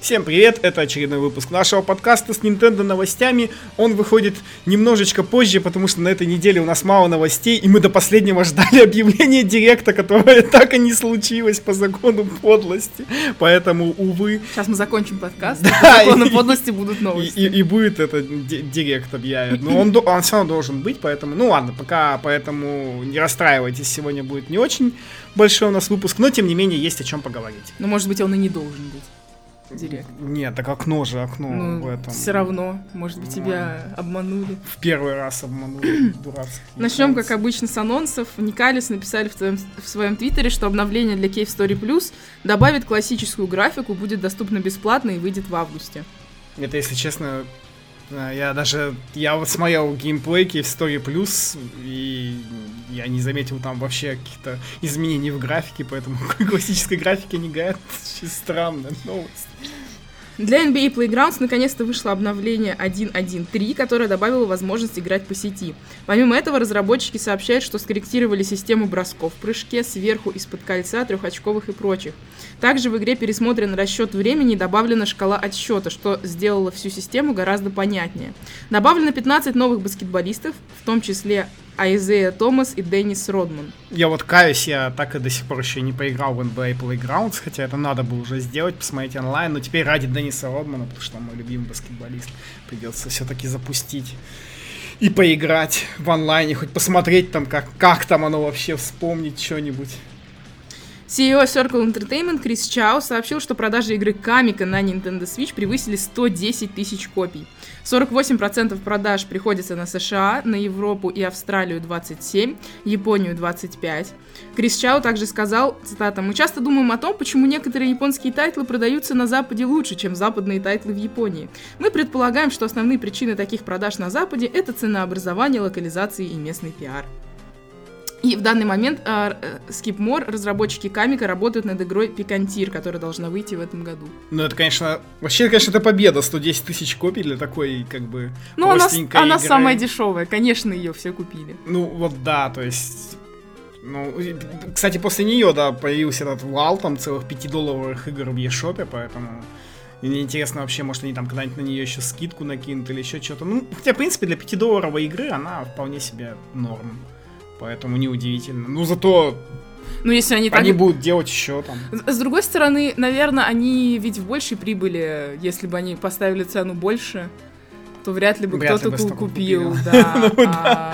Всем привет, это очередной выпуск нашего подкаста с Nintendo новостями. Он выходит немножечко позже, потому что на этой неделе у нас мало новостей, и мы до последнего ждали объявления директа, которое так и не случилось по закону подлости. Поэтому, увы... Сейчас мы закончим подкаст, да, по закону подлости будут новости. И будет это директ объявит. Но он все равно должен быть, поэтому... Ну ладно, пока поэтому не расстраивайтесь, сегодня будет не очень большой у нас выпуск, но тем не менее есть о чем поговорить. Ну, может быть, он и не должен быть. Директ. Нет, так окно в этом. Все равно, может быть, тебя обманули. В первый раз обманули, дурацкий. Начнем, как обычно, с анонсов. Никалис написали в своем твиттере, что обновление для Cave Story Plus добавит классическую графику, будет доступно бесплатно и выйдет в августе. Это, если честно, я вот смотрел геймплей Cave Story Plus, и я не заметил там вообще каких-то изменений в графике, поэтому классической графики не гает. Очень странная новость. Для NBA Playgrounds наконец-то вышло обновление 1.1.3, которое добавило возможность играть по сети. Помимо этого, разработчики сообщают, что скорректировали систему бросков в прыжке, сверху, из-под кольца, трехочковых и прочих. Также в игре пересмотрен расчет времени и добавлена шкала отсчета, что сделало всю систему гораздо понятнее. Добавлено 15 новых баскетболистов, в том числе Айзея Томас и Деннис Родман. Я вот каюсь, я так и до сих пор еще не поиграл в NBA Playgrounds, хотя это надо бы уже сделать, посмотреть онлайн, но теперь ради Денниса Родмана, потому что он мой любимый баскетболист, придется все-таки запустить и поиграть в онлайне, хоть посмотреть там, как там оно вообще, вспомнить что-нибудь. CEO Circle Entertainment Крис Чао сообщил, что продажи игры Камика на Nintendo Switch превысили 110 тысяч копий. 48% продаж приходится на США, на Европу и Австралию 27%, Японию 25%. Крис Чао также сказал, цитата, «Мы часто думаем о том, почему некоторые японские тайтлы продаются на Западе лучше, чем западные тайтлы в Японии. Мы предполагаем, что основные причины таких продаж на Западе – это ценообразование, локализации и местный пиар». И в данный момент Skipmore, разработчики Камика, работают над игрой Пикантир, которая должна выйти в этом году. Ну, это, конечно, это победа, 110 тысяч копий для такой, как бы, простенькой она игры. самая дешевая, конечно, ее все купили. Ну, вот да, то есть... Ну, кстати, после нее, да, появился этот вал, там, целых $5 игр в eShop, поэтому... И мне интересно вообще, может, они там когда-нибудь на нее еще скидку накинут или еще что-то. Ну, хотя, в принципе, для $5 игры она вполне себе норм. Поэтому неудивительно. Ну, зато если они будут делать еще там. С другой стороны, наверное, они ведь в большей прибыли, если бы они поставили цену больше, то вряд ли бы кто-то купил. Да.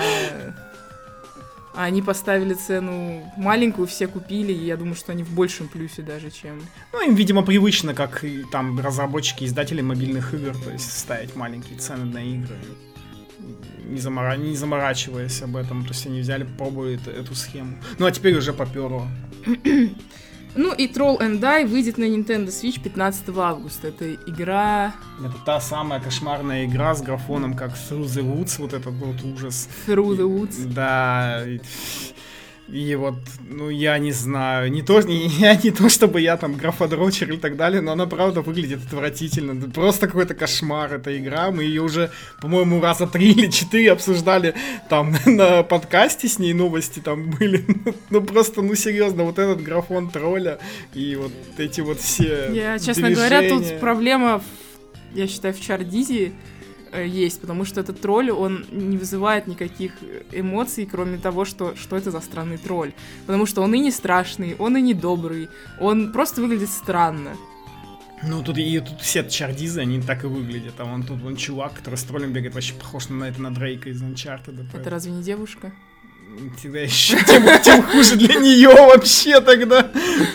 А они поставили цену маленькую, все купили, и я думаю, что они в большем плюсе даже, чем... Ну, им, видимо, привычно, как и там разработчики, издатели мобильных игр, то есть ставить маленькие цены на игры. Не заморачиваясь об этом, то есть они взяли, попробовали эту схему. Ну, а теперь уже попёрло. Ну и Troll and Die выйдет на Nintendo Switch 15 августа. Это игра... Это та самая кошмарная игра с графоном, как Through the Woods, вот этот вот ужас. Through the Woods. Да. И вот, ну, я не знаю, не то чтобы я там графодрочер и так далее, но она правда выглядит отвратительно. Просто какой-то кошмар эта игра. Мы ее уже, по-моему, раза 3 или 4 обсуждали там на подкасте с ней, новости там были. Ну просто, ну серьезно, вот этот графон тролля и вот эти вот все честно говоря, тут проблема, я считаю, в Чардизе есть, потому что этот тролль, он не вызывает никаких эмоций, кроме того, что это за странный тролль. Потому что он и не страшный, он и не добрый, он просто выглядит странно. Ну, тут все Чардизы, они так и выглядят. А вон тут чувак, который с троллем бегает, вообще похож на Дрейка из Uncharted. Это разве не девушка? Тогда еще тем хуже для нее вообще тогда.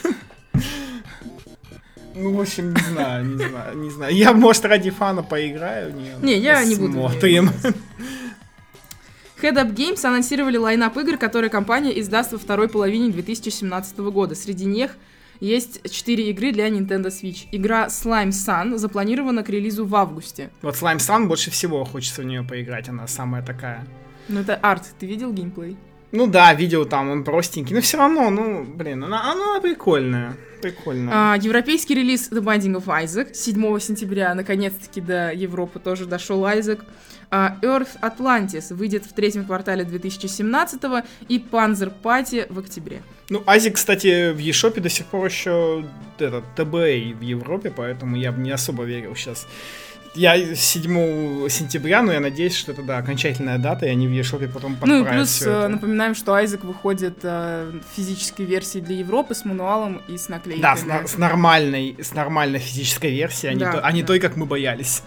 Ну, в общем, не знаю. Я, может, ради фана поиграю. Я не буду. Смотрим. Head Up Games анонсировали лайнап игр, которые компания издаст во второй половине 2017 года. Среди них есть 4 игры для Nintendo Switch. Игра Slime Sun запланирована к релизу в августе. Вот Slime Sun больше всего хочется в нее поиграть, она самая такая. Ну, это арт. Ты видел геймплей? Ну да, видел там, он простенький, но все равно, ну, блин, она прикольная. Прикольно. Европейский релиз The Binding of Isaac 7 сентября, наконец-таки до Европы тоже дошел Isaac. Earth Atlantis выйдет в третьем квартале 2017 и Panzer Party в октябре. Ну, Азик, кстати, в eShop до сих пор еще ТБА в Европе, поэтому я бы не особо верил сейчас. Я 7 сентября, но я надеюсь, что это, да, окончательная дата, и они в eShop потом подправят. Ну и плюс напоминаем, что Isaac выходит в физической версии для Европы с мануалом и с наклейкой. Да, с нормальной физической версией, а не той, как мы боялись.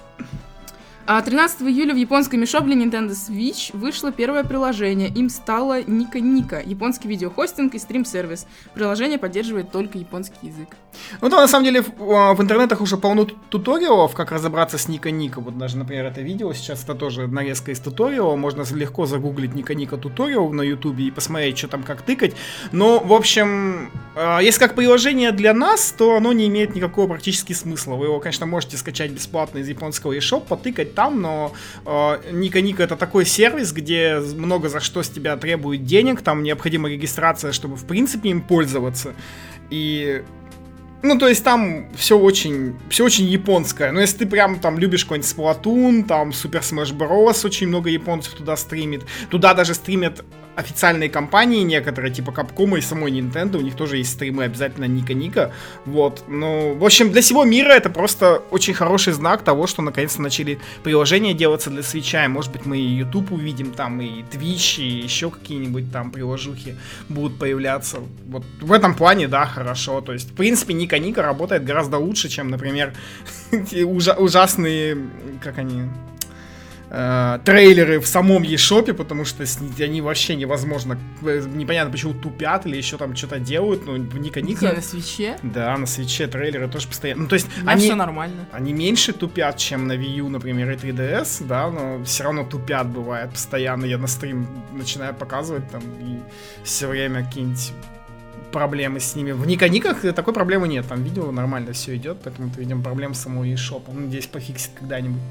13 июля в японском eShop для Nintendo Switch вышло первое приложение. Им стало Ника-Ника, японский видеохостинг и стрим-сервис. Приложение поддерживает только японский язык. Ну, да, на самом деле, в интернетах уже полно туториалов, как разобраться с Ника-Ника. Вот даже, например, это видео сейчас, это тоже нарезка из туториала. Можно легко загуглить Ника-Ника туториал на ютубе и посмотреть, что там, как тыкать. Но, в общем, если как приложение для нас, то оно не имеет никакого практически смысла. Вы его, конечно, можете скачать бесплатно из японского eShop, потыкать там, но Ника-Ника это такой сервис, где много за что с тебя требует денег, там необходима регистрация, чтобы в принципе им пользоваться. И... Ну, то есть там все очень японское. Но если ты прям там любишь какой-нибудь Splatoon, там Super Smash Bros. Очень много японцев туда стримит. Туда даже стримят официальные компании некоторые, типа Capcom и самой Nintendo, у них тоже есть стримы обязательно Ника-Ника. Вот. Ну, в общем, для всего мира это просто очень хороший знак того, что наконец-то начали приложения делаться для Switch'а. И, может быть, мы и YouTube увидим, там и Twitch, и еще какие-нибудь там приложухи будут появляться. Вот в этом плане, да, хорошо. То есть, в принципе, Ника-Ника работает гораздо лучше, чем, например, ужасные, как они... трейлеры в самом eShop, потому что они вообще невозможно, непонятно почему тупят или еще там что-то делают, но в Ника-Ника... Где, на Switch'е? Да, на Switch'е трейлеры тоже постоянно. Ну, то есть все нормально. Они меньше тупят, чем на Wii U, например, и 3DS, да, но все равно тупят бывает постоянно. Я на стрим начинаю показывать там и все время какие-нибудь проблемы с ними. В Ника-Никах такой проблемы нет, там видео нормально все идет, поэтому мы видим проблем с самого eShop. Надеюсь, пофиксит когда-нибудь.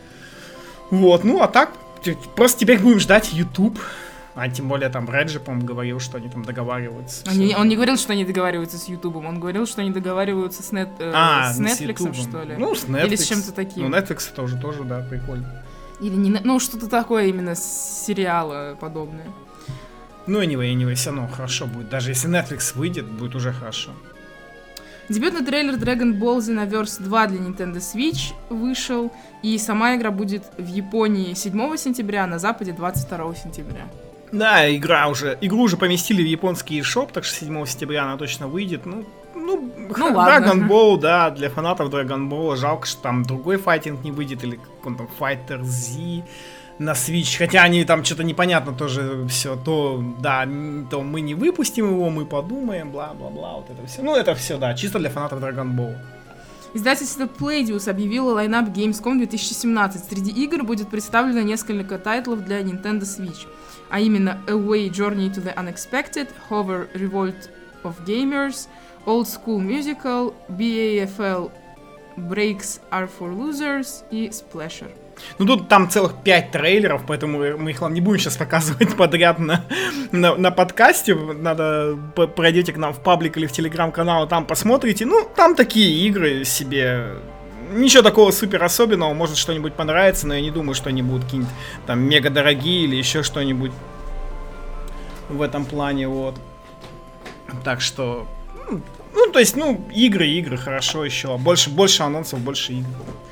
Вот, ну а так, просто теперь будем ждать YouTube. А тем более там Реджи, по-моему, говорил, что они там договариваются. Он не говорил, что они договариваются с YouTube, он говорил, что они договариваются с Netflix, что ли? Ну, с Netflix. Или с чем-то таким. Ну, Netflix тоже, да, прикольно. Или не, ну, что-то такое именно с сериала подобное. Ну, anyway, все равно хорошо будет. Даже если Netflix выйдет, будет уже хорошо. Дебютный трейлер Dragon Ball Xenoverse 2 для Nintendo Switch вышел, и сама игра будет в Японии 7 сентября, а на Западе 22 сентября. Да, игру уже поместили в японский eShop, так что 7 сентября она точно выйдет. Ну Dragon Ball, да, для фанатов Dragon Ball. Жалко, что там другой файтинг не выйдет, или какой-то там Fighter Z на Switch, хотя они там что-то непонятно тоже все, то мы не выпустим его, мы подумаем, бла-бла-бла, вот это все. Ну, это все, да, чисто для фанатов Dragon Ball. Издательство Playdius объявило лайнап Gamescom 2017. Среди игр будет представлено несколько тайтлов для Nintendo Switch, а именно Away Journey to the Unexpected, Hover Revolt of Gamers, Old School Musical, BAFL Breaks Are for Losers и Splasher. Ну, тут там целых 5 трейлеров, поэтому мы их вам не будем сейчас показывать подряд на подкасте. Надо пройдете к нам в паблик или в телеграм-канал, там посмотрите. Ну, там такие игры себе. Ничего такого супер особенного, может что-нибудь понравится, но я не думаю, что они будут какие-нибудь там мега дорогие или еще что-нибудь в этом плане, вот. Так что, ну, то есть, игры, хорошо еще. Больше анонсов, больше игр.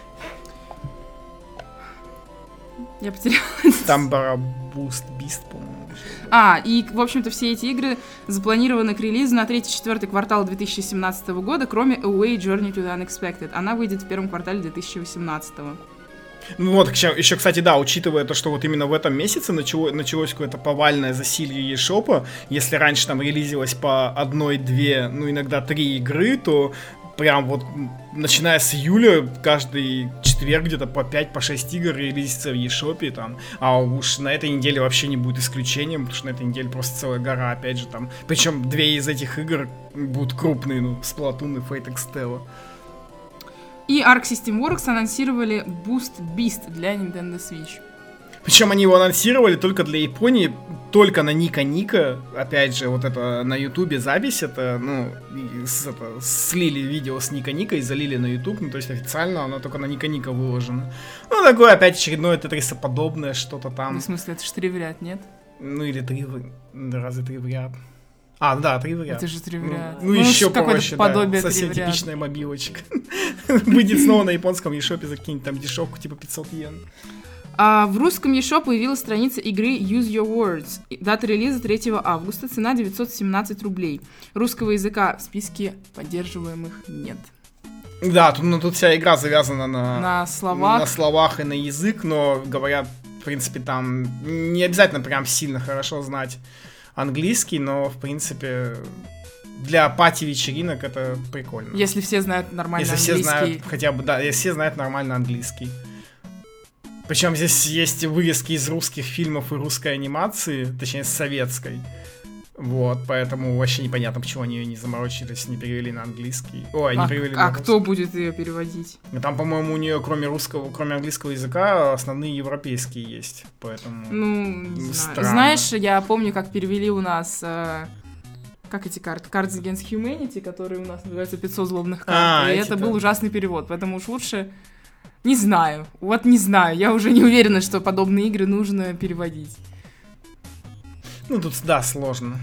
Я потерялась. Там Boost Beast, по-моему. И, в общем-то, все эти игры запланированы к релизу на 3-4 квартал 2017 года, кроме Away Journey to the Unexpected. Она выйдет в первом квартале 2018. Ну вот, еще, кстати, да, учитывая то, что вот именно в этом месяце началось какое-то повальное засилье eShop, если раньше там релизилось по 1-2, ну иногда 3 игры, то прям вот начиная с июля каждый четверг где-то по 5-6 игр релизится в eShop там, а уж на этой неделе вообще не будет исключением, потому что на этой неделе просто целая гора, опять же там, причем 2 из этих игр будут крупные, Splatoon и Fate Extella. И Arc System Works анонсировали Boost Beast для Nintendo Switch. Причем они его анонсировали только для Японии, только на Ника. Опять же, вот это на Ютубе запись, это, ну, слили видео с Ника и залили на Ютуб, ну, то есть официально оно только на Ника выложено. Ну, такое опять очередное тетрисоподобное что-то там. Ну, в смысле, это же 3 в ряд, нет? Ну, или 3 разве 3 в ряд? А, да, 3 в ряд. Это же 3 в ряд. Ну, еще проще, подобие да, совсем типичная мобилочка. Выйдет снова на японском eShop за какие-нибудь там дешевку, типа 500 йен. А в русском eShop появилась страница игры Use Your Words. Дата релиза 3 августа, цена 917 рублей. Русского языка в списке поддерживаемых нет. Да, тут вся игра завязана на словах и на язык, но говорят, в принципе, там не обязательно прям сильно хорошо знать английский, но, в принципе, для пати-вечеринок это прикольно. Если все знают нормально английский. Если все знают хотя бы, да, если все знают нормально английский. Причем здесь есть вырезки из русских фильмов и русской анимации, точнее, советской. Вот, поэтому вообще непонятно, почему они ее не заморочились, не перевели на английский. Ой, не перевели на русский. Кто будет ее переводить? Там, по-моему, у нее кроме английского языка основные европейские есть, поэтому... Ну, не знаю. Знаешь, я помню, как перевели у нас... Как эти карты? Cards Against Humanity, которые у нас называются 500 злобных карт. И это был ужасный перевод, поэтому уж лучше... Не знаю. Я уже не уверена, что подобные игры нужно переводить. Ну, тут, да, сложно.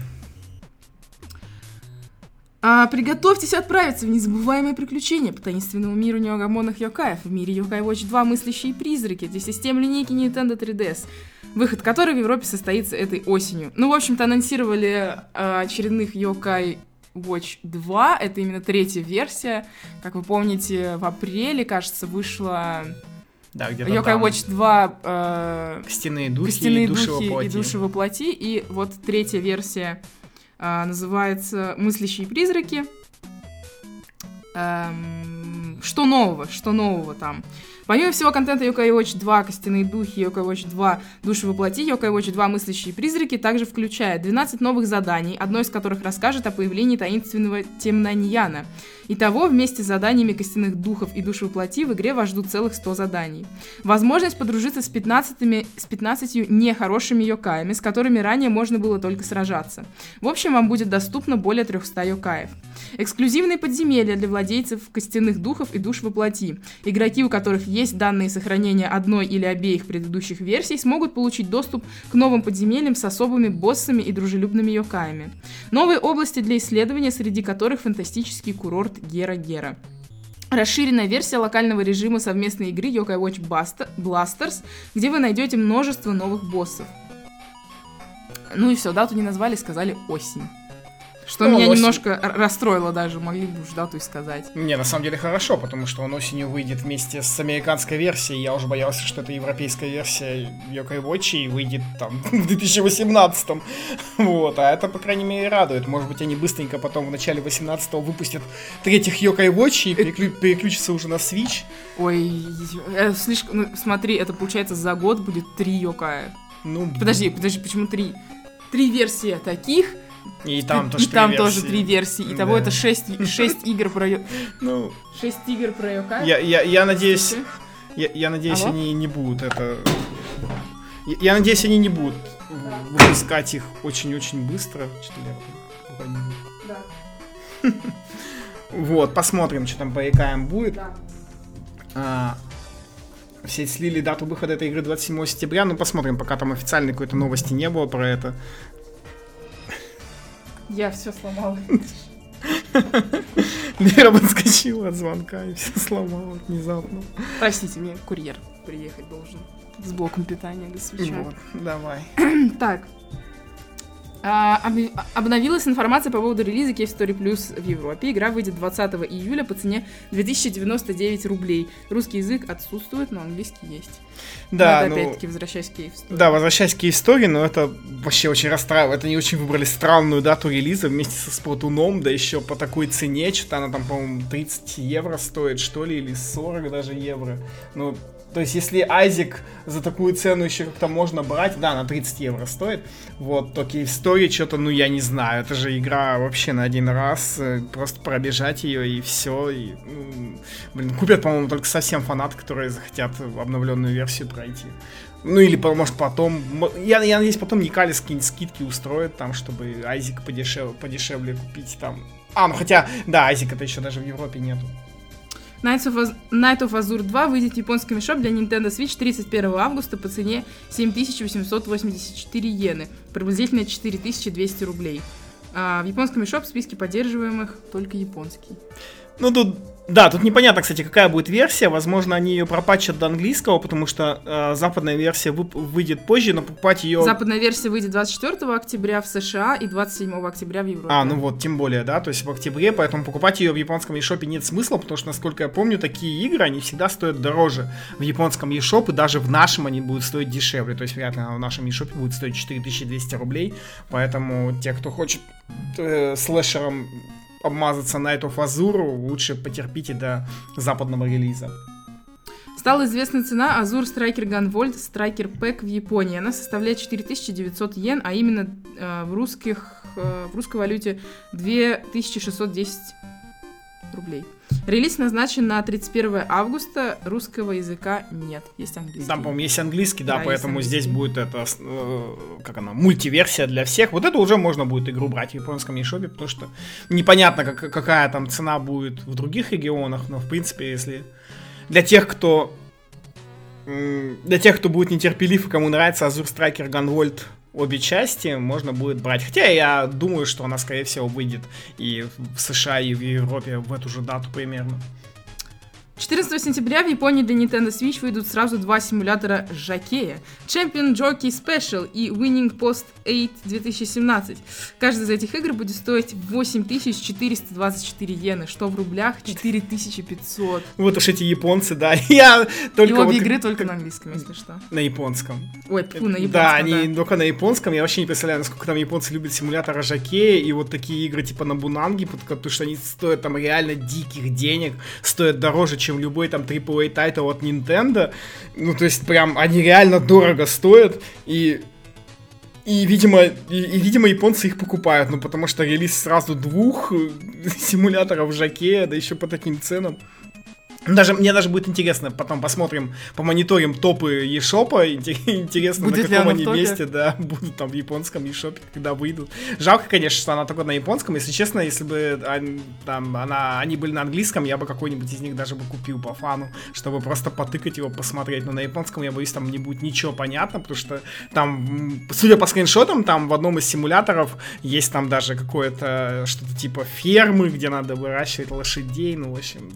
Приготовьтесь отправиться в незабываемые приключения по таинственному миру неугомонных йокаев в мире Yokai Watch 2 «Мыслящие призраки» для систем линейки Nintendo 3DS, выход которой в Европе состоится этой осенью. Ну, в общем-то, анонсировали очередных Yokai Watch 2, это именно 3-я версия. Как вы помните, в апреле, кажется, вышла Yokai Watch 2 Костяные духи и души во плоти. И вот 3-я версия называется «Мыслящие призраки». Что нового там? Помимо всего контента Yokai Watch 2 «Костяные духи», Yokai Watch 2 «Души во плоти», Yokai Watch 2 «Мыслящие призраки» также включает 12 новых заданий, одно из которых расскажет о появлении таинственного Темнаньяна. Итого, вместе с заданиями «Костяных духов» и «Души во плоти» в игре вас ждут целых 100 заданий. Возможность подружиться с 15 нехорошими йокаями, с которыми ранее можно было только сражаться. В общем, вам будет доступно более 300 йокаев. Эксклюзивные подземелья для владельцев «Костяных духов» и «Душ во плоти». Игроки, у которых есть данные сохранения одной или обеих предыдущих версий, смогут получить доступ к новым подземельям с особыми боссами и дружелюбными йокаями. Новые области для исследования, среди которых фантастический курорт Гера-Гера. Расширенная версия локального режима совместной игры Yokai Watch Blasters, где вы найдете множество новых боссов. Ну и все, дату не назвали, сказали осень. Что меня немножко расстроило даже, могли бы уж дату и сказать. Не, на самом деле хорошо, потому что он осенью выйдет вместе с американской версией. Я уже боялся, что это европейская версия Yokai Watch и выйдет там в 2018-м. Вот, а это, по крайней мере, радует. Может быть, они быстренько потом в начале 18-го выпустят третьих Yokai Watch и переключатся уже на Switch. Ой, слишком... Ну, смотри, это получается за год будет 3 йокая. Ну, подожди, почему 3? 3 версии таких... И там тоже 3 версии. Итого это 6 игр про... Ну, 6 игр про йокай. Я надеюсь... Я надеюсь, они не будут это... Я надеюсь, они не будут выпускать их очень-очень быстро. Да. Вот, посмотрим, что там по ЕКМ будет. Да. Все слили дату выхода этой игры 27 сентября. Ну, посмотрим, пока там официальной какой-то новости не было про это. Я все сломала. Лера подскочила от звонка и все сломала внезапно. Простите, мне курьер приехать должен с блоком питания для свеча. Вот, давай. Так. Обновилась информация по поводу релиза Cave Story Plus в Европе. Игра выйдет 20 июля по цене 2099 рублей. Русский язык отсутствует, но английский есть. Да, но это опять-таки возвращаясь к Cave Story. Да, возвращаясь к Cave Story, но это вообще очень расстраивает. Они очень выбрали странную дату релиза вместе со Сплатуном, да еще по такой цене, что-то она там, по-моему, 30 евро стоит, что ли, или 40 даже евро. Ну, То есть, если Айзек за такую цену еще как-то можно брать, да, на 30 евро стоит, вот, то Cave Story что-то, ну, я не знаю, это же игра вообще на один раз, просто пробежать ее и все, и, купят, по-моему, только совсем фанаты, которые захотят обновленную версию пройти. Ну, или, может, потом, я надеюсь, потом Никалис какие-нибудь скидки устроит там, чтобы Айзек подешевле купить там. Ну, хотя, да, Айзека-то еще даже в Европе нету. Night of Azure 2 выйдет в японском eShop для Nintendo Switch 31 августа по цене 7884 иены, приблизительно 4200 рублей. В японском eShop в списке поддерживаемых только японский. Ну, тут непонятно, кстати, какая будет версия. Возможно, они ее пропатчат до английского, потому что западная версия выйдет позже, но покупать ее... Западная версия выйдет 24 октября в США и 27 октября в Европе. Ну вот, тем более, да, то есть в октябре, поэтому покупать ее в японском eShop нет смысла, потому что, насколько я помню, такие игры, они всегда стоят дороже в японском eShop, и даже в нашем они будут стоить дешевле, то есть, вряд ли в нашем eShop будет стоить 4200 рублей, поэтому те, кто хочет слэшером обмазаться Night of Azure, лучше потерпите до западного релиза. Стала известна цена Azure Striker Gunvolt Striker Pack в Японии. Она составляет 4900 йен, а именно в русской валюте 2610 рублей. Релиз назначен на 31 августа, русского языка нет, есть английский. Там, по-моему, есть английский, да, поэтому здесь будет это, мультиверсия для всех. Вот это уже можно будет игру брать в японском eShop, потому что непонятно, какая там цена будет в других регионах, но, в принципе, если для тех, кто будет нетерпелив и кому нравится Azure Striker Gunvolt обе части, можно будет брать. Хотя я думаю, что она, скорее всего, выйдет и в США, и в Европе в эту же дату примерно. 14 сентября в Японии для Nintendo Switch выйдут сразу два симулятора жокея: Champion Jockey Special и Winning Post 8 2017. Каждая из этих игр будет стоить 8424 иены, что в рублях 4500. Вот уж эти японцы, да. Я только и обе игры только на английском, если что. На японском. Ой, фу, на японском, да. Они только на японском. Я вообще не представляю, насколько там японцы любят симуляторы жокея и вот такие игры типа на Бунанге, потому что они стоят там реально диких денег, стоят дороже, чем любой там AAA тайтл от Nintendo. Ну, то есть, прям, они реально дорого стоят, и видимо, японцы их покупают, ну, потому что релиз сразу двух симуляторов жокея, да еще по таким ценам. Мне даже будет интересно, потом посмотрим, помониторим топы eShop'а, интересно, будет на каком они месте, да, будут там в японском eShop'е, когда выйдут. Жалко, конечно, что она только на японском, если честно, если бы они были на английском, я бы какой-нибудь из них даже бы купил по фану, чтобы просто потыкать его, посмотреть, но на японском, я боюсь, там не будет ничего понятно, потому что там, судя по скриншотам, там в одном из симуляторов есть там даже какое-то что-то типа фермы, где надо выращивать лошадей, ну, в общем...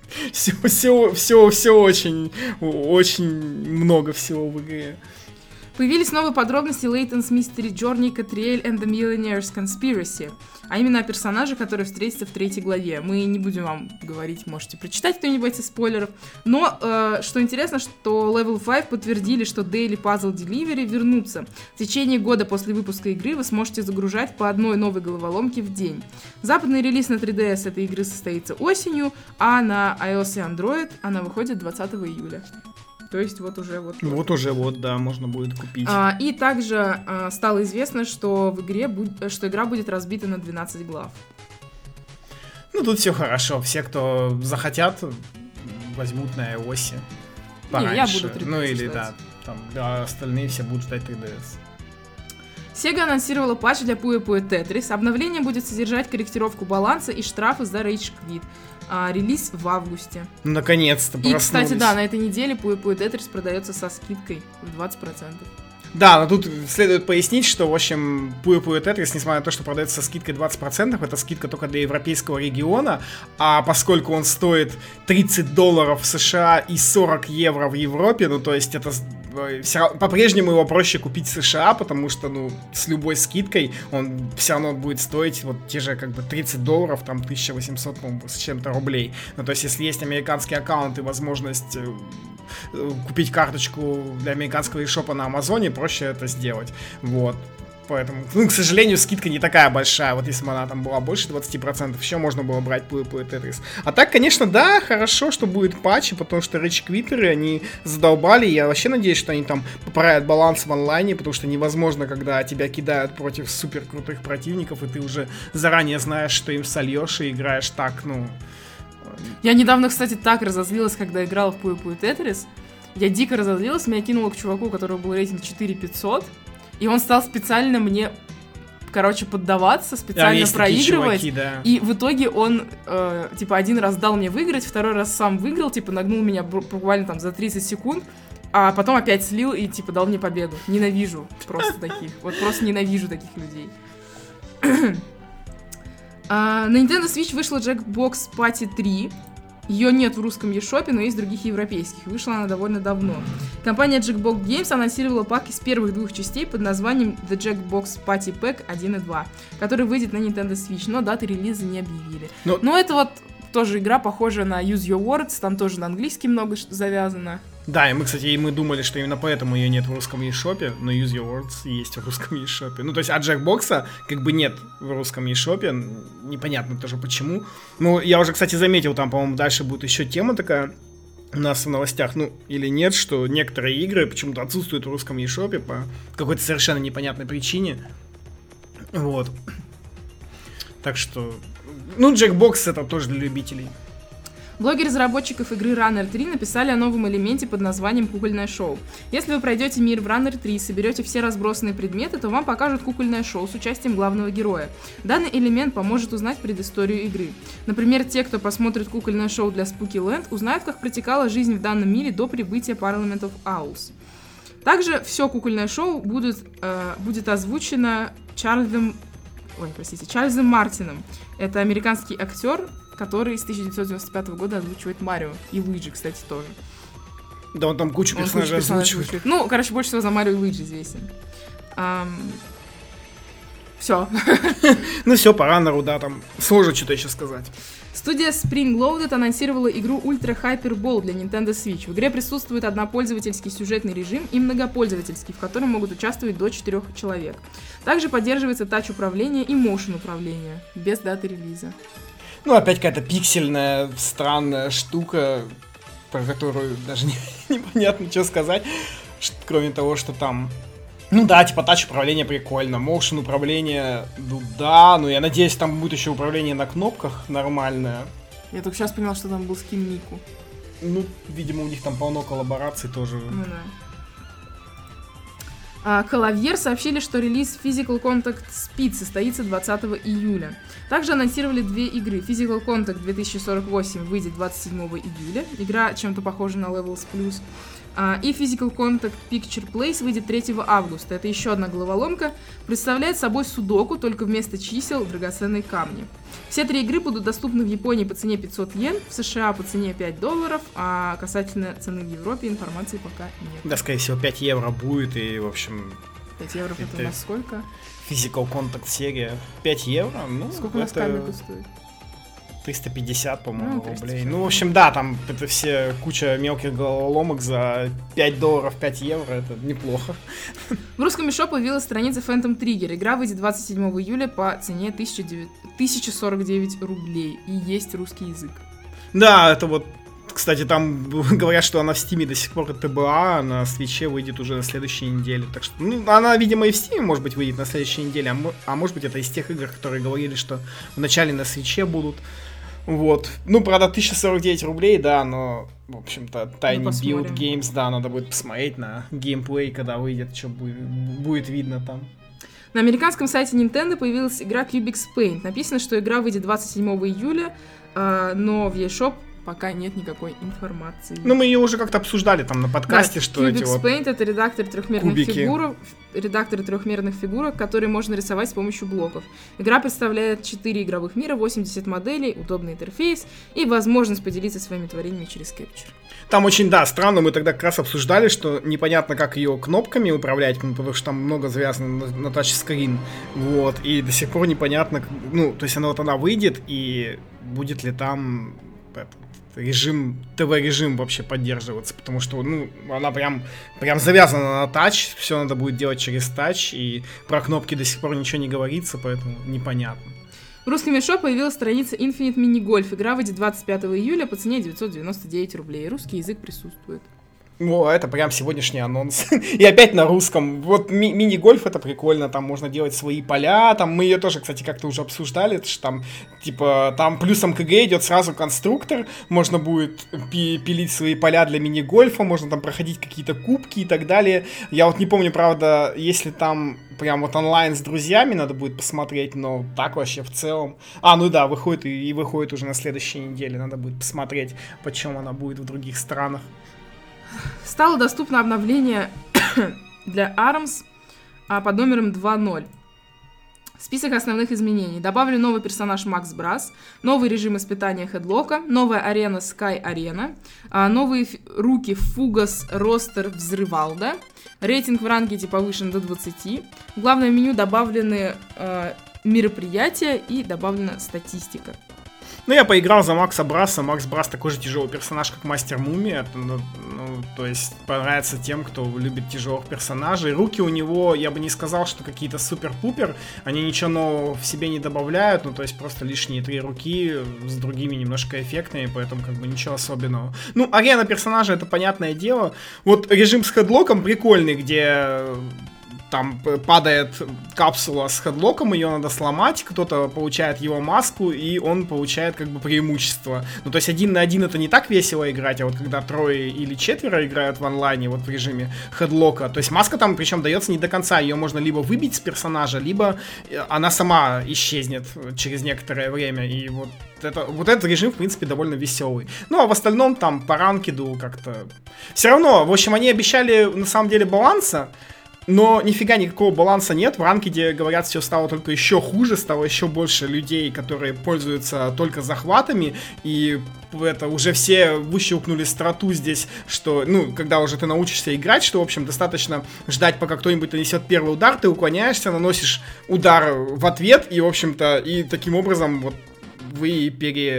Все очень много всего в игре. Появились новые подробности Layton's Mystery Journey Catriel and the Millionaire's Conspiracy, а именно о персонаже, который встретится в 3 главе. Мы не будем вам говорить, можете прочитать кто-нибудь из спойлеров. Но, что интересно, что Level 5 подтвердили, что Daily Puzzle Delivery вернутся. В течение года после выпуска игры вы сможете загружать по одной новой головоломке в день. Западный релиз на 3DS этой игры состоится осенью, а на iOS и Android она выходит 20 июля. То есть вот уже да, можно будет купить. И также стало известно, что игра будет разбита на 12 глав. Ну, тут все хорошо. Все, кто захотят, возьмут на iOS пораньше. Я буду 3DS Ну, или ждать. да, там, да, остальные все будут ждать 3DS. Sega анонсировала патч для Puyo Puyo Tetris. Обновление будет содержать корректировку баланса и штрафы за Rage Quit. Релиз в августе. Наконец-то проснулись. И, кстати, да, на этой неделе Puyo Puyo Tetris продается со скидкой в 20%. Да, но тут следует пояснить, что, в общем, Puyo Puyo Tetris, несмотря на то, что продается со скидкой 20%, это скидка только для европейского региона, а поскольку он стоит $30 в США и 40 евро в Европе, ну, то есть это по-прежнему его проще купить в США, потому что, ну, с любой скидкой он все равно будет стоить вот те же, как бы, $30, там, 1800, по-моему, с чем-то рублей. Ну, то есть, если есть американский аккаунт и возможность купить карточку для американского eShop'а на Амазоне, проще это сделать. Вот. поэтому, ну, к сожалению, скидка не такая большая. Вот если бы она там была больше 20%, еще можно было брать PvP Tetris. А так, конечно, да, хорошо, что будет патчи, потому что рейдж-квиттеры, они задолбали. Я вообще надеюсь, что они там поправят баланс в онлайне, потому что невозможно, когда тебя кидают против супер крутых противников, и ты уже заранее знаешь, что им сольешь, и играешь так, ну... Я недавно, кстати, так разозлилась, когда играла в PvP Tetris. Я дико разозлилась, меня кинуло к чуваку, у которого был рейтинг 4500, и он стал специально мне, короче, поддаваться, специально проигрывать. Чуваки, да. И в итоге он, типа, один раз дал мне выиграть, второй раз сам выиграл, типа, нагнул меня буквально там за 30 секунд, а потом опять слил и, типа, дал мне победу. Ненавижу просто таких. Вот просто ненавижу таких людей. На Nintendo Switch вышла Jackbox Party 3. Ее нет в русском eShop, но есть в других европейских. Вышла она довольно давно. Компания Jackbox Games анонсировала пак из первых двух частей под названием The Jackbox Party Pack 1 и 2, который выйдет на Nintendo Switch, но даты релиза не объявили. Но это вот тоже игра, похожая на Use Your Words, там тоже на английский много завязано. Да, и мы, кстати, мы думали, что именно поэтому ее нет в русском eShop, но Use Your Words есть в русском eShop. Ну, то есть, а Jackbox'а как бы нет в русском eShop, непонятно тоже почему. Ну, я уже, кстати, заметил, там, по-моему, дальше будет еще тема такая у нас в новостях, ну, или нет, что некоторые игры почему-то отсутствуют в русском eShop по какой-то совершенно непонятной причине. Вот. Так что, ну, Jackbox это тоже для любителей. Блоги разработчиков игры Runner 3 написали о новом элементе под названием «Кукольное шоу». Если вы пройдете мир в Runner 3 и соберете все разбросанные предметы, то вам покажут кукольное шоу с участием главного героя. Данный элемент поможет узнать предысторию игры. Например, те, кто посмотрит кукольное шоу для Spooky Land, узнают, как протекала жизнь в данном мире до прибытия Parliament of Owls. Также все кукольное шоу будет озвучено Чарльзом Мартином. Это американский актер, который с 1995 года озвучивает Марио. И Луиджи, кстати, тоже. Да, он там кучу персонажей озвучивает. Ну, короче, больше всего за Марио и Луиджи известен. Все. Ну все, по Раннеру, да, там сложно что-то еще сказать. Студия Spring Loaded анонсировала игру Ultra Hyper Ball для Nintendo Switch. В игре присутствует однопользовательский сюжетный режим и многопользовательский, в котором могут участвовать до 4 человек. Также поддерживается тач-управление и моушен-управление, без даты релиза. Ну, опять какая-то пиксельная, странная штука, про которую даже непонятно, что сказать, кроме того, что там... Ну да, типа тач-управление прикольно, моушен управление, ну да, но я надеюсь, там будет еще управление на кнопках нормальное. Я только сейчас понял, что там был скин Нику. Ну, видимо, у них там полно коллабораций тоже. Ну да. Calavier сообщили, что релиз Physical Contact Speed состоится 20 июля. Также анонсировали две игры. Physical Contact 2048 выйдет 27 июля. Игра чем-то похожа на Levels Plus. И Physical Contact Picture Place выйдет 3 августа. Это еще одна головоломка. Представляет собой судоку, только вместо чисел драгоценные камни. Все три игры будут доступны в Японии по цене 500 йен, в США по цене $5, а касательно цены в Европе информации пока нет. Да, скорее всего, 5 евро будет, и, в общем... 5 евро это у нас сколько? Physical Contact серия. 5 евро? Ну, сколько у нас камеры стоит? 350, по-моему, 350. рублей. Ну, в общем, да, там это все куча мелких головоломок за $5, 5 евро, это неплохо. В русском eShop появилась страница Phantom Trigger. Игра выйдет 27 июля по цене 1049 рублей. И есть русский язык. Да, это вот, кстати, там говорят, что она в Steam до сих пор ТБА, а на Switch выйдет уже на следующей неделе. Так что, ну, она, видимо, и в Steam, может быть, выйдет на следующей неделе, а может быть, это из тех игр, которые говорили, что вначале на Switch будут. Вот. Ну, правда, 1049 рублей, да, но, в общем-то, Tiny Build Games, да, надо будет посмотреть на геймплей, когда выйдет, что будет видно там. На американском сайте Nintendo появилась игра Cubics Paint. Написано, что игра выйдет 27 июля, но в eShop пока нет никакой информации. Ну, мы ее уже как-то обсуждали там на подкасте, да, что Cubics эти вот... Paint — это редактор трехмерных фигурок, которые можно рисовать с помощью блоков. Игра представляет 4 игровых мира, 80 моделей, удобный интерфейс и возможность поделиться своими творениями через Capture. Там очень, да, странно, мы тогда как раз обсуждали, что непонятно, как ее кнопками управлять, потому что там много завязано на тачскрин, вот, и до сих пор непонятно, ну, то есть она вот она выйдет, и будет ли там режим, ТВ-режим вообще поддерживаться, потому что, ну, она прям завязана на тач, все надо будет делать через тач, и про кнопки до сих пор ничего не говорится, поэтому непонятно. В русском Мишо появилась страница Infinite Mini Golf. Игра выйдет 25 июля по цене 999 рублей. Русский язык присутствует. Ну, это прям сегодняшний анонс. И опять на русском. Вот мини-гольф, это прикольно, там можно делать свои поля, там мы ее тоже, кстати, как-то уже обсуждали, это же там, типа, там плюсом к игре идет сразу конструктор, можно будет пилить свои поля для мини-гольфа, можно там проходить какие-то кубки и так далее. Я вот не помню, правда, если там прям вот онлайн с друзьями, надо будет посмотреть, но так вообще в целом. Ну да, выходит и выходит уже на следующей неделе, надо будет посмотреть, почем она будет в других странах. Стало доступно обновление для ARMS под номером 2.0. Список основных изменений. Добавили новый персонаж Макс Брас, новый режим испытания Хедлока, новая арена Sky Arena, новые руки Фугас, Ростер, Взрывалда, рейтинг в ранге повышен до 20, в главное меню добавлены мероприятия и добавлена статистика. Ну, я поиграл за Макса Браса. Макс Брас такой же тяжелый персонаж, как Мастер Мумия. То есть, понравится тем, кто любит тяжелых персонажей. Руки у него, я бы не сказал, что какие-то супер-пупер. Они ничего нового в себе не добавляют. Ну, то есть, просто лишние 3 руки с другими немножко эффектами, поэтому как бы ничего особенного. Ну, арена персонажа, это понятное дело. Вот режим с хедлоком прикольный, где... Там падает капсула с хедлоком, ее надо сломать, кто-то получает его маску, и он получает как бы преимущество. Ну, то есть 1 на 1 это не так весело играть, а вот когда 3 или 4 играют в онлайне, вот в режиме хедлока, то есть маска там причем дается не до конца, ее можно либо выбить с персонажа, либо она сама исчезнет через некоторое время, и вот этот режим, в принципе, довольно веселый. Ну, а в остальном там по ранкеду как-то... Все равно, в общем, они обещали на самом деле баланса, но нифига никакого баланса нет. В ранкеде, говорят, все стало только еще хуже, стало еще больше людей, которые пользуются только захватами, и это уже все выщелкнули страту здесь, что, ну, когда уже ты научишься играть, что, в общем, достаточно ждать, пока кто-нибудь нанесет первый удар, ты уклоняешься, наносишь удар в ответ, и, в общем-то, и таким образом вот вы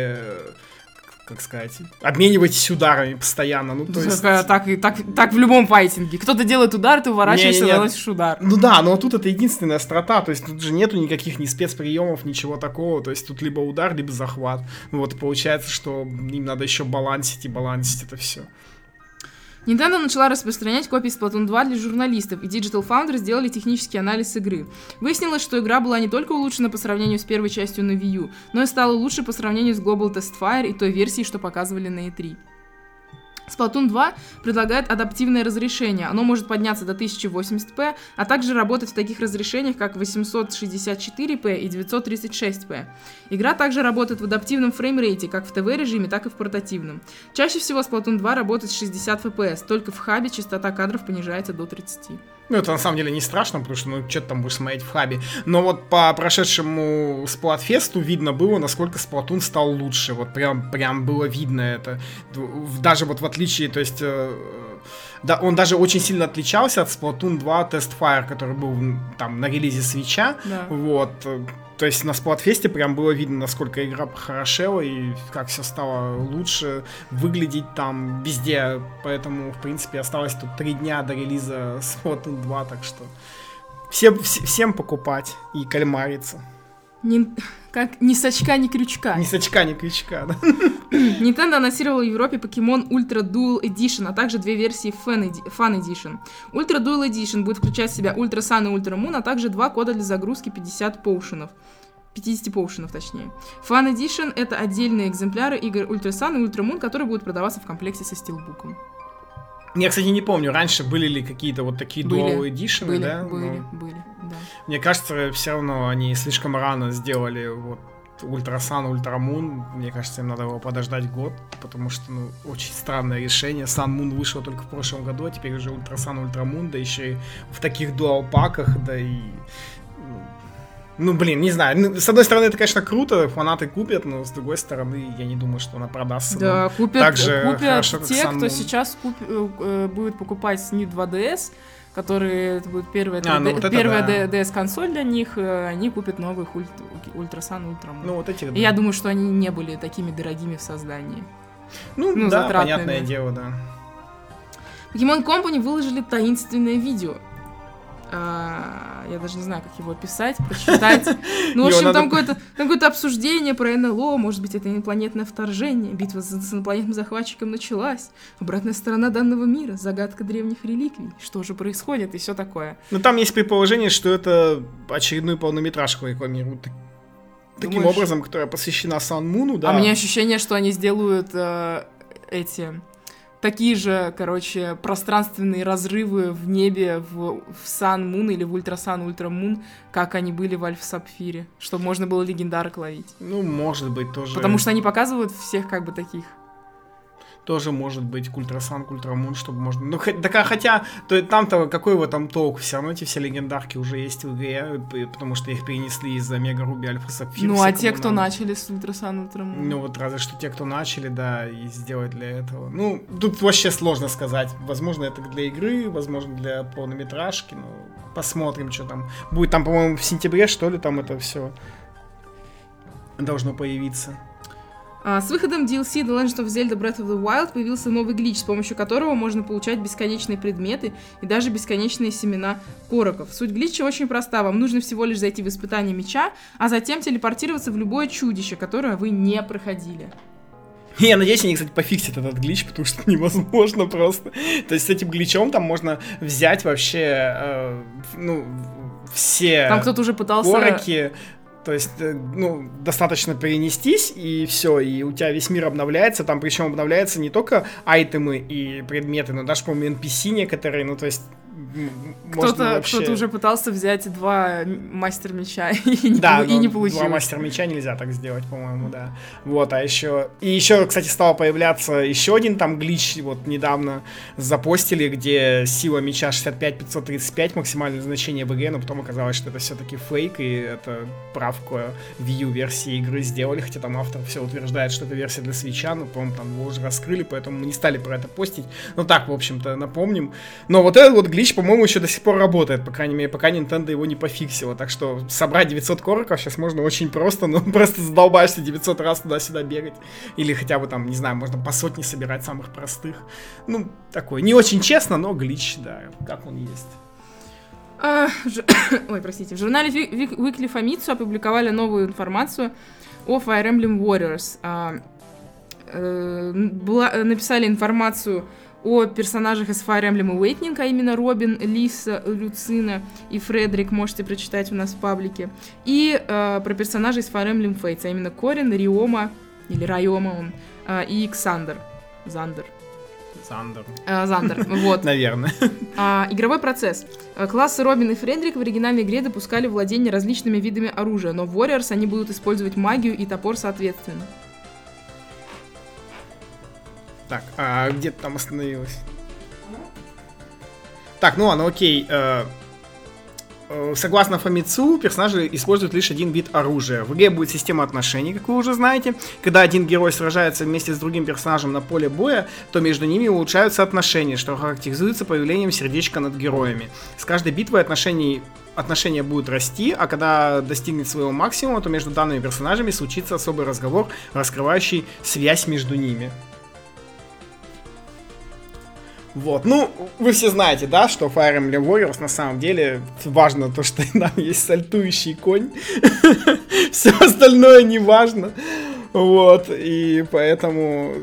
как сказать, обмениваетесь ударами постоянно. Ну, то есть... так в любом файтинге. Кто-то делает удар, ты уворачиваешься, наносишь удар. Ну да, но тут это единственная страта, то есть тут же нету никаких ни спецприемов, ничего такого, то есть тут либо удар, либо захват. Вот, и получается, что им надо еще балансить это все. Nintendo начала распространять копии Splatoon 2 для журналистов, и Digital Foundry сделали технический анализ игры. Выяснилось, что игра была не только улучшена по сравнению с первой частью на Wii U, но и стала лучше по сравнению с Global Test Fire и той версией, что показывали на E3. Splatoon 2 предлагает адаптивное разрешение. Оно может подняться до 1080p, а также работать в таких разрешениях, как 864p и 936p. Игра также работает в адаптивном фреймрейте, как в ТВ-режиме, так и в портативном. Чаще всего Splatoon 2 работает с 60 fps, только в хабе частота кадров понижается до 30. Ну, это на самом деле не страшно, потому что, ну, что ты там будешь смотреть в хабе. Но вот по прошедшему Splatfest'у видно было, насколько Splatoon стал лучше. Вот прям было видно это. Даже вот в отличие, то есть... Да, он даже очень сильно отличался от Splatoon 2 Test Fire, который был там на релизе Switch'а. Да. Вот. То есть на Splatfest'е прям было видно, насколько игра похорошела и как все стало лучше выглядеть там везде. Поэтому, в принципе, осталось тут 3 дня до релиза Splatoon 2, так что всем покупать и кальмариться. Как ни с очка, ни крючка. Ни с очка, ни крючка, да. Nintendo анонсировала в Европе Pokemon Ultra Dual Edition, а также 2 версии Fun Edition. Ultra Dual Edition будет включать в себя Ultra Sun и Ultra Moon, а также 2 кода для загрузки 50 поушенов, точнее. Fun Edition — это отдельные экземпляры игр Ultra Sun и Ultra Moon, которые будут продаваться в комплекте со стилбуком. Я, кстати, не помню, раньше были ли какие-то вот такие Dual Edition, да? Были, да. Мне кажется, все равно они слишком рано сделали вот Ultra Sun, Ultra Moon. Мне кажется, им надо было подождать год, потому что, ну, очень странное решение. Sun Moon вышел только в прошлом году, а теперь уже Ultra Sun, Ultra Moon, да еще и в таких дуал-паках, да и... Ну, блин, не знаю. Ну, с одной стороны, это, конечно, круто, фанаты купят, но с другой стороны, я не думаю, что она продастся. Да, купят хорошо, те, кто сейчас будет покупать New 2DS, которые это будет первая DS-консоль для них, они купят новых Ultra Sun, Ultra Moon. Ну, вот эти, да. И я думаю, что они не были такими дорогими в создании. Ну да, затратными. понятное дело, да. Pokemon Company выложили таинственное видео. Я даже не знаю, как его описать, прочитать. Ну, в общем, там какое-то обсуждение про НЛО, может быть, это инопланетное вторжение, битва с инопланетным захватчиком началась, обратная сторона данного мира, загадка древних реликвий, что же происходит и все такое. Ну, там есть предположение, что это очередную полнометражку рекламируют. Таким образом, которая посвящена Сан Муну, да. А у меня ощущение, что они сделают такие же, короче, пространственные разрывы в небе в Сан Мун или в Ультра-Сан, Ультра-Мун, как они были в Альфа-Сапфире, чтобы можно было легендарок ловить. Ну, может быть, тоже. Потому что они показывают всех как бы таких. Тоже может быть к Ультра-Сан, к Ультра-Мун, чтобы можно... Ну, хотя, там-то какой его там толк? Все равно эти все легендарки уже есть в игре, потому что их перенесли из Омега Руби, Альфа Сапфир. Ну, а те, кто начали с Ультра-Сан, Ультра-Мун? Ну, вот разве что те, кто начали, да, и сделать для этого. Ну, тут вообще сложно сказать. Возможно, это для игры, возможно, для полнометражки, ну, посмотрим, что там будет. Там, по-моему, в сентябре, что ли, там это все должно появиться. С выходом DLC The Legend of Zelda Breath of the Wild появился новый глич, с помощью которого можно получать бесконечные предметы и даже бесконечные семена короков. Суть глича очень проста. Вам нужно всего лишь зайти в испытание меча, а затем телепортироваться в любое чудище, которое вы не проходили. Я надеюсь, они, кстати, пофиксят этот глич, потому что невозможно просто. То есть с этим гличом там можно взять вообще, все там кто-то уже пытался... короки. То есть, достаточно перенестись, и все, и у тебя весь мир обновляется, там причем обновляются не только айтемы и предметы, но даже, по-моему, NPC некоторые, ну, то есть, кто-то уже пытался взять 2 мастер меча и не получилось. 2 мастер меча нельзя так сделать, по-моему, да. Вот, а еще... И еще, кстати, стал появляться еще один там глич, вот недавно запостили, где сила меча 65-535, максимальное значение в игре, но потом оказалось, что это все-таки фейк, и это правку Wii U версии игры сделали, хотя там автор все утверждает, что это версия для свитча, но, по-моему, там его уже раскрыли, поэтому мы не стали про это постить. Ну так, в общем-то, напомним. Но вот этот вот глич, по-моему, еще до сих пор работает, по крайней мере, пока Nintendo его не пофиксила. Так что собрать 900 короков сейчас можно очень просто, но просто задолбаешься 900 раз туда-сюда бегать. Или хотя бы там, не знаю, можно по сотне собирать самых простых. Ну, такой, не очень честно, но глич, да, как он есть. В журнале Weekly Famitsu опубликовали новую информацию о Fire Emblem Warriors. Написали информацию о персонажах из Fire Emblem Awakening, а именно Робин, Лиса, Люцина и Фредерик, можете прочитать у нас в паблике. И про персонажей из Fire Emblem Fates, а именно Корин, Риома, или Райома и Ксандер. Зандер, вот. Наверное. Игровой процесс. Классы Робин и Фредерик в оригинальной игре допускали владение различными видами оружия, но в Warriors они будут использовать магию и топор соответственно. Так, а где ты там остановилась? Так, ну ладно, окей. Согласно Famitsu, персонажи используют лишь один вид оружия. В игре будет система отношений, как вы уже знаете. Когда один герой сражается вместе с другим персонажем на поле боя, то между ними улучшаются отношения, что характеризуется появлением сердечка над героями. С каждой битвой отношения будут расти, а когда достигнет своего максимума, то между данными персонажами случится особый разговор, раскрывающий связь между ними. Вот, ну, вы все знаете, да, что Fire Emblem Warriors на самом деле важно то, что там есть сальтующий конь. Все остальное не важно. Вот, и поэтому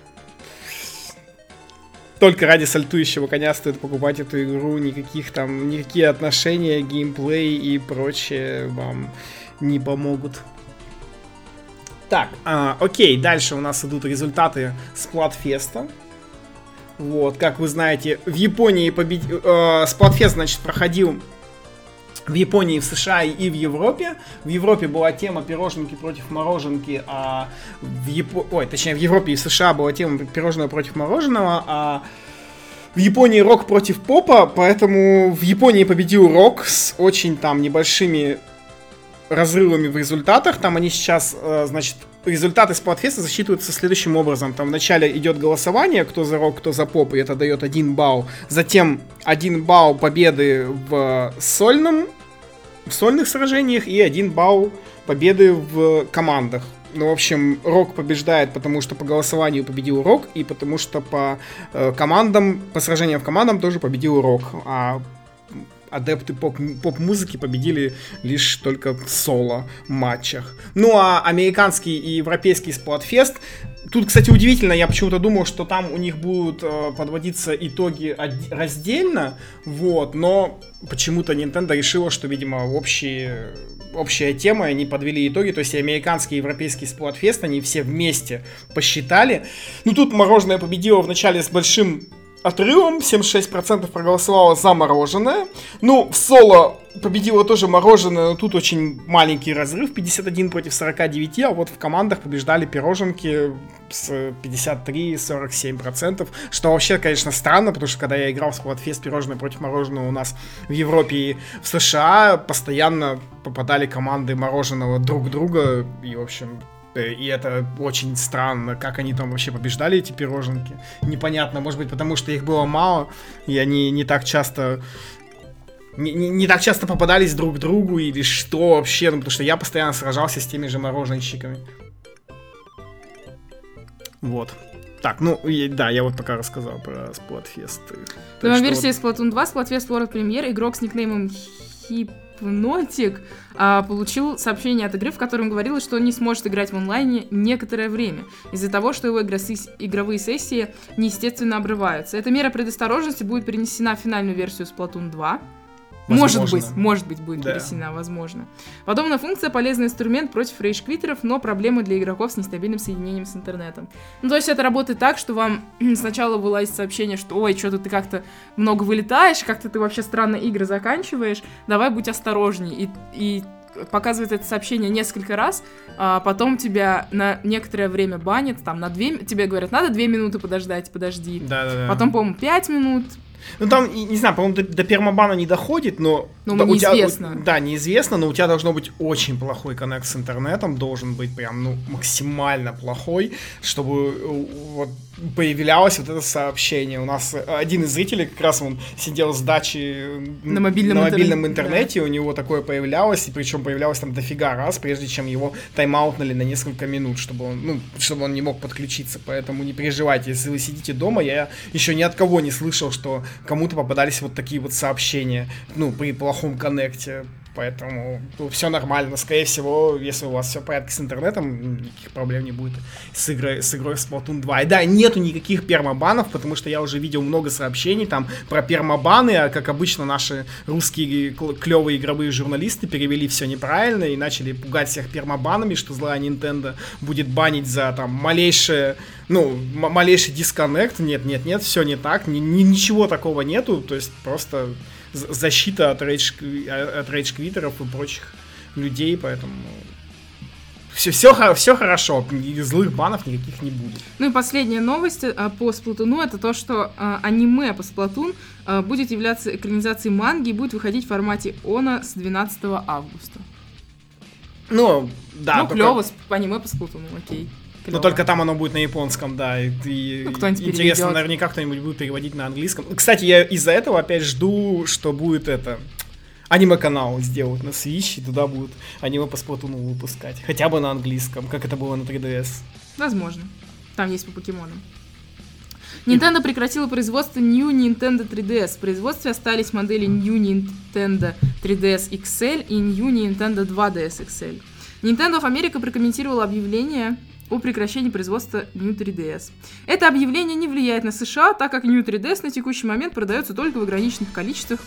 только ради сальтующего коня стоит покупать эту игру. Никакие отношения, геймплей и прочее вам не помогут. Так, окей, дальше у нас идут результаты Splatfest. Вот, как вы знаете, в Японии Splatfest, значит, проходил в Японии, в США и в Европе. В Европе была тема пироженки против мороженки, а в Европе и в США была тема пирожного против мороженого, а в Японии рок против попа, поэтому в Японии победил рок с очень там небольшими разрывами в результатах. Там они сейчас, значит, результаты Splatfest засчитываются следующим образом. Там вначале идет голосование, кто за рок, кто за поп, и это дает 1 балл. Затем 1 балл победы в сольных сражениях и 1 балл победы в командах. Ну, в общем, Рок побеждает, потому что по голосованию победил Рок, и потому что по командам, по сражениям в командам тоже победил Рок. А адепты поп-музыки победили лишь только в соло-матчах. Ну, а американский и европейский Splatfest... Тут, кстати, удивительно, я почему-то думал, что там у них будут подводиться итоги раздельно, вот, но почему-то Nintendo решила, что, видимо, общая тема, они подвели итоги, то есть и американский, и европейский Splatfest, они все вместе посчитали. Ну, тут мороженое победило вначале с большим отрывом, 76% проголосовало за мороженое. Ну, в соло победило тоже мороженое, но тут очень маленький разрыв, 51 против 49, а вот в командах побеждали пироженки с 53-47%, что вообще, конечно, странно, потому что когда я играл в Splatfest пирожное против мороженого у нас в Европе и в США, постоянно попадали команды мороженого друг друга, и, в общем... И это очень странно, как они там вообще побеждали, эти пироженки. Непонятно, может быть, потому что их было мало, и они не так часто... Не так часто попадались друг к другу, или что вообще, ну, потому что я постоянно сражался с теми же мороженщиками. Вот. Так, ну, да, я вот пока рассказал про Splatfest. Версия Splatoon 2, Splatfest World Premiere, игрок с никнеймом Hypnotic получил сообщение от игры, в котором говорилось, что он не сможет играть в онлайне некоторое время, из-за того, что его игровые сессии неестественно обрываются. Эта мера предосторожности будет перенесена в финальную версию Splatoon 2. Может быть, будет перенесена, возможно. Подобная функция — полезный инструмент против рейдж-квиттеров, но проблема для игроков с нестабильным соединением с интернетом. Ну, то есть это работает так, что вам сначала вылазит сообщение, что ой, что-то ты как-то много вылетаешь, как-то ты вообще странно игры заканчиваешь, давай будь осторожней. И показывает это сообщение несколько раз, а потом тебя на некоторое время банят, там на 2... Тебе говорят, надо 2 минуты подождать, подожди. Да. Потом, по-моему, 5 минут. Ну там, не знаю, по-моему, до пермабана не доходит, но... Ну, неизвестно. Да, неизвестно, но у тебя должно быть очень плохой коннект с интернетом, должен быть прям, ну, максимально плохой, чтобы вот появлялось вот это сообщение. У нас один из зрителей, как раз он сидел с дачи на мобильном интернете, да. У него такое появлялось, и причем появлялось там дофига раз, прежде чем его тайм-аутнули на несколько минут, чтобы он не мог подключиться. Поэтому не переживайте, если вы сидите дома, я еще ни от кого не слышал, что кому-то попадались вот такие вот сообщения, ну, при плохом коннекте. Поэтому все нормально. Скорее всего, если у вас все в порядке с интернетом, никаких проблем не будет с игрой Splatoon 2. И да, нету никаких пермабанов, потому что я уже видел много сообщений там про пермабаны, а как обычно наши русские клевые игровые журналисты перевели все неправильно и начали пугать всех пермабанами, что злая Nintendo будет банить за там малейший дисконнект. Нет, все не так, ничего такого нету, то есть просто защита от рейдж-квиттеров и прочих людей, поэтому все хорошо, злых банов никаких не будет. Ну и последняя новость по Splatoon — это то, что аниме по Splatoon будет являться экранизацией манги и будет выходить в формате ONA с 12 августа. Ну, да. Ну, клево, аниме по Splatoon, окей. Но только там оно будет на японском, да. И кто-нибудь интересно, переведет. Наверняка кто-нибудь будет переводить на английском. Кстати, я из-за этого опять жду, что будет аниме-канал сделают на Switch, и туда будут аниме по Splatoon выпускать. Хотя бы на английском, как это было на 3DS. Возможно. Там есть по покемонам. Nintendo прекратила производство New Nintendo 3DS. В производстве остались модели New Nintendo 3DS XL и New Nintendo 2DS XL. Nintendo of America прокомментировала объявление о прекращении производства New 3DS. Это объявление не влияет на США, так как New 3DS на текущий момент продается только в ограниченных количествах в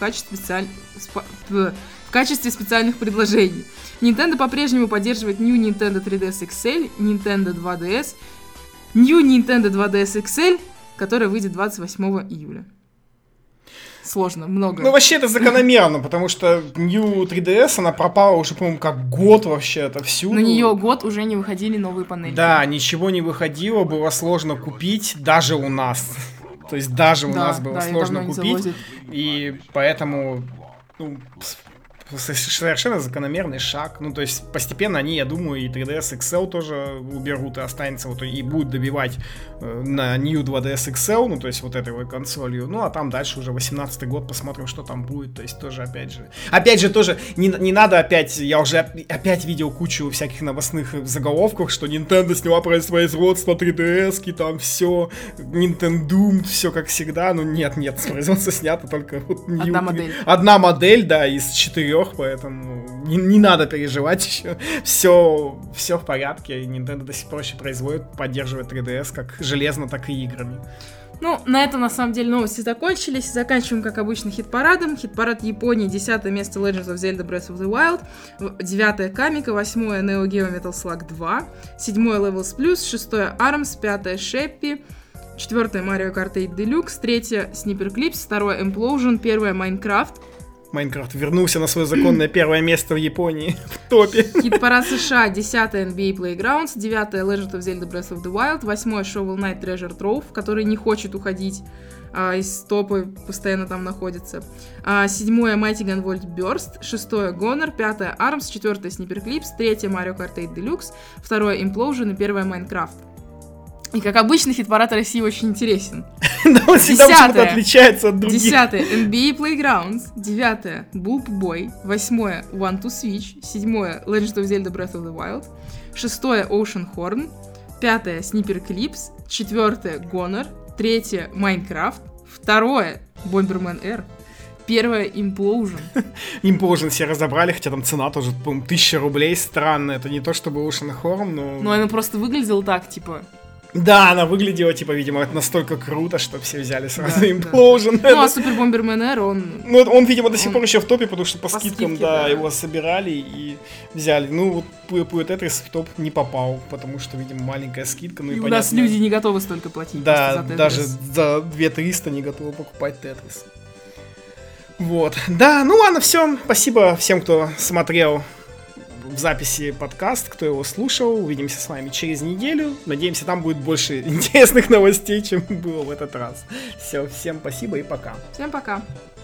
качестве специальных предложений. Nintendo по-прежнему поддерживает New Nintendo 3DS XL, Nintendo 2DS, New Nintendo 2DS XL, которая выйдет 28 июля. Сложно, много. Ну, вообще это закономерно, потому что New 3DS, она пропала уже, по-моему, как год вообще отовсюду. На нее год уже не выходили новые панели. Да, ничего не выходило, было сложно купить, даже у нас. То есть даже у нас было сложно купить. И поэтому совершенно закономерный шаг. Ну, то есть постепенно они, я думаю, и 3DS XL тоже уберут, и останется вот, и будут добивать на New 2DS XL, ну, то есть вот этой вот консолью. Ну, а там дальше уже 18-й год, посмотрим, что там будет. То есть тоже, опять же, тоже не надо опять, я уже опять видел кучу всяких новостных заголовков, что Nintendo сняла производство 3DS-ки, там все, Nintendo, все как всегда. Ну, нет, с производства снято только вот одна модель, да, из 4, поэтому не надо переживать еще. Все в порядке. Nintendo до сих пор еще производит, поддерживает 3DS как железно, так и играми. Ну, на этом, на самом деле, новости закончились. Заканчиваем, как обычно, хит-парадом. Хит-парад Японии, 10 место Legend of Zelda Breath of the Wild, 9 Камика, 8 Neo Geo Metal Slug 2, 7 Levels Plus, 6 ARMS, 5 Sheppy, 4 Mario Kart 8 Deluxe, 3 Sniper Clips, 2 Implosion, 1 Minecraft. Майнкрафт вернулся на свое законное первое место в Японии, в топе. Хит-парад США, 10 NBA Playgrounds, 9 Legend of Zelda Breath of the Wild, 8 Shovel Knight Treasure Trove, который не хочет уходить из топа, постоянно там находится, 7 Mighty Gun Volt Burst, 6 Honor, 5 ARMS, 4 Sniper Clips, 3 Mario Kart 8 Deluxe, 2 Implosion и 1 Minecraft. И, как обычно, хит-парад России очень интересен. Да, он всегда почему-то отличается от других. 10 NBA Playgrounds, 9 Bulb Boy, 8 One to Switch, 7 Legend of Zelda Breath of the Wild, 6 Ocean Horn, 5 Sniper Clips, 4 Honor, 3 Minecraft, 2 Bomberman R, 1 Implosion. Implosion все разобрали, хотя там цена тоже, по-моему, 1000 рублей. Странно, это не то чтобы Ocean Horn, но... Ну, она просто выглядела так, типа... Да, она выглядела, типа, видимо, это настолько круто, что все взяли сразу Implosion. Да. Ну, а Super Bomberman R, он... Ну, он, видимо, до сих пор еще в топе, потому что по скидкам, да, его собирали и взяли. Ну, вот Puyo Tetris в топ не попал, потому что, видимо, маленькая скидка. Ну, и у нас люди не готовы столько платить. Да, даже за 2300 не готовы покупать Tetris. Вот. Да, ну ладно, все. Спасибо всем, кто смотрел в записи подкаст, кто его слушал. Увидимся с вами через неделю. Надеемся, там будет больше интересных новостей, чем было в этот раз. Все, всем спасибо и пока. Всем пока.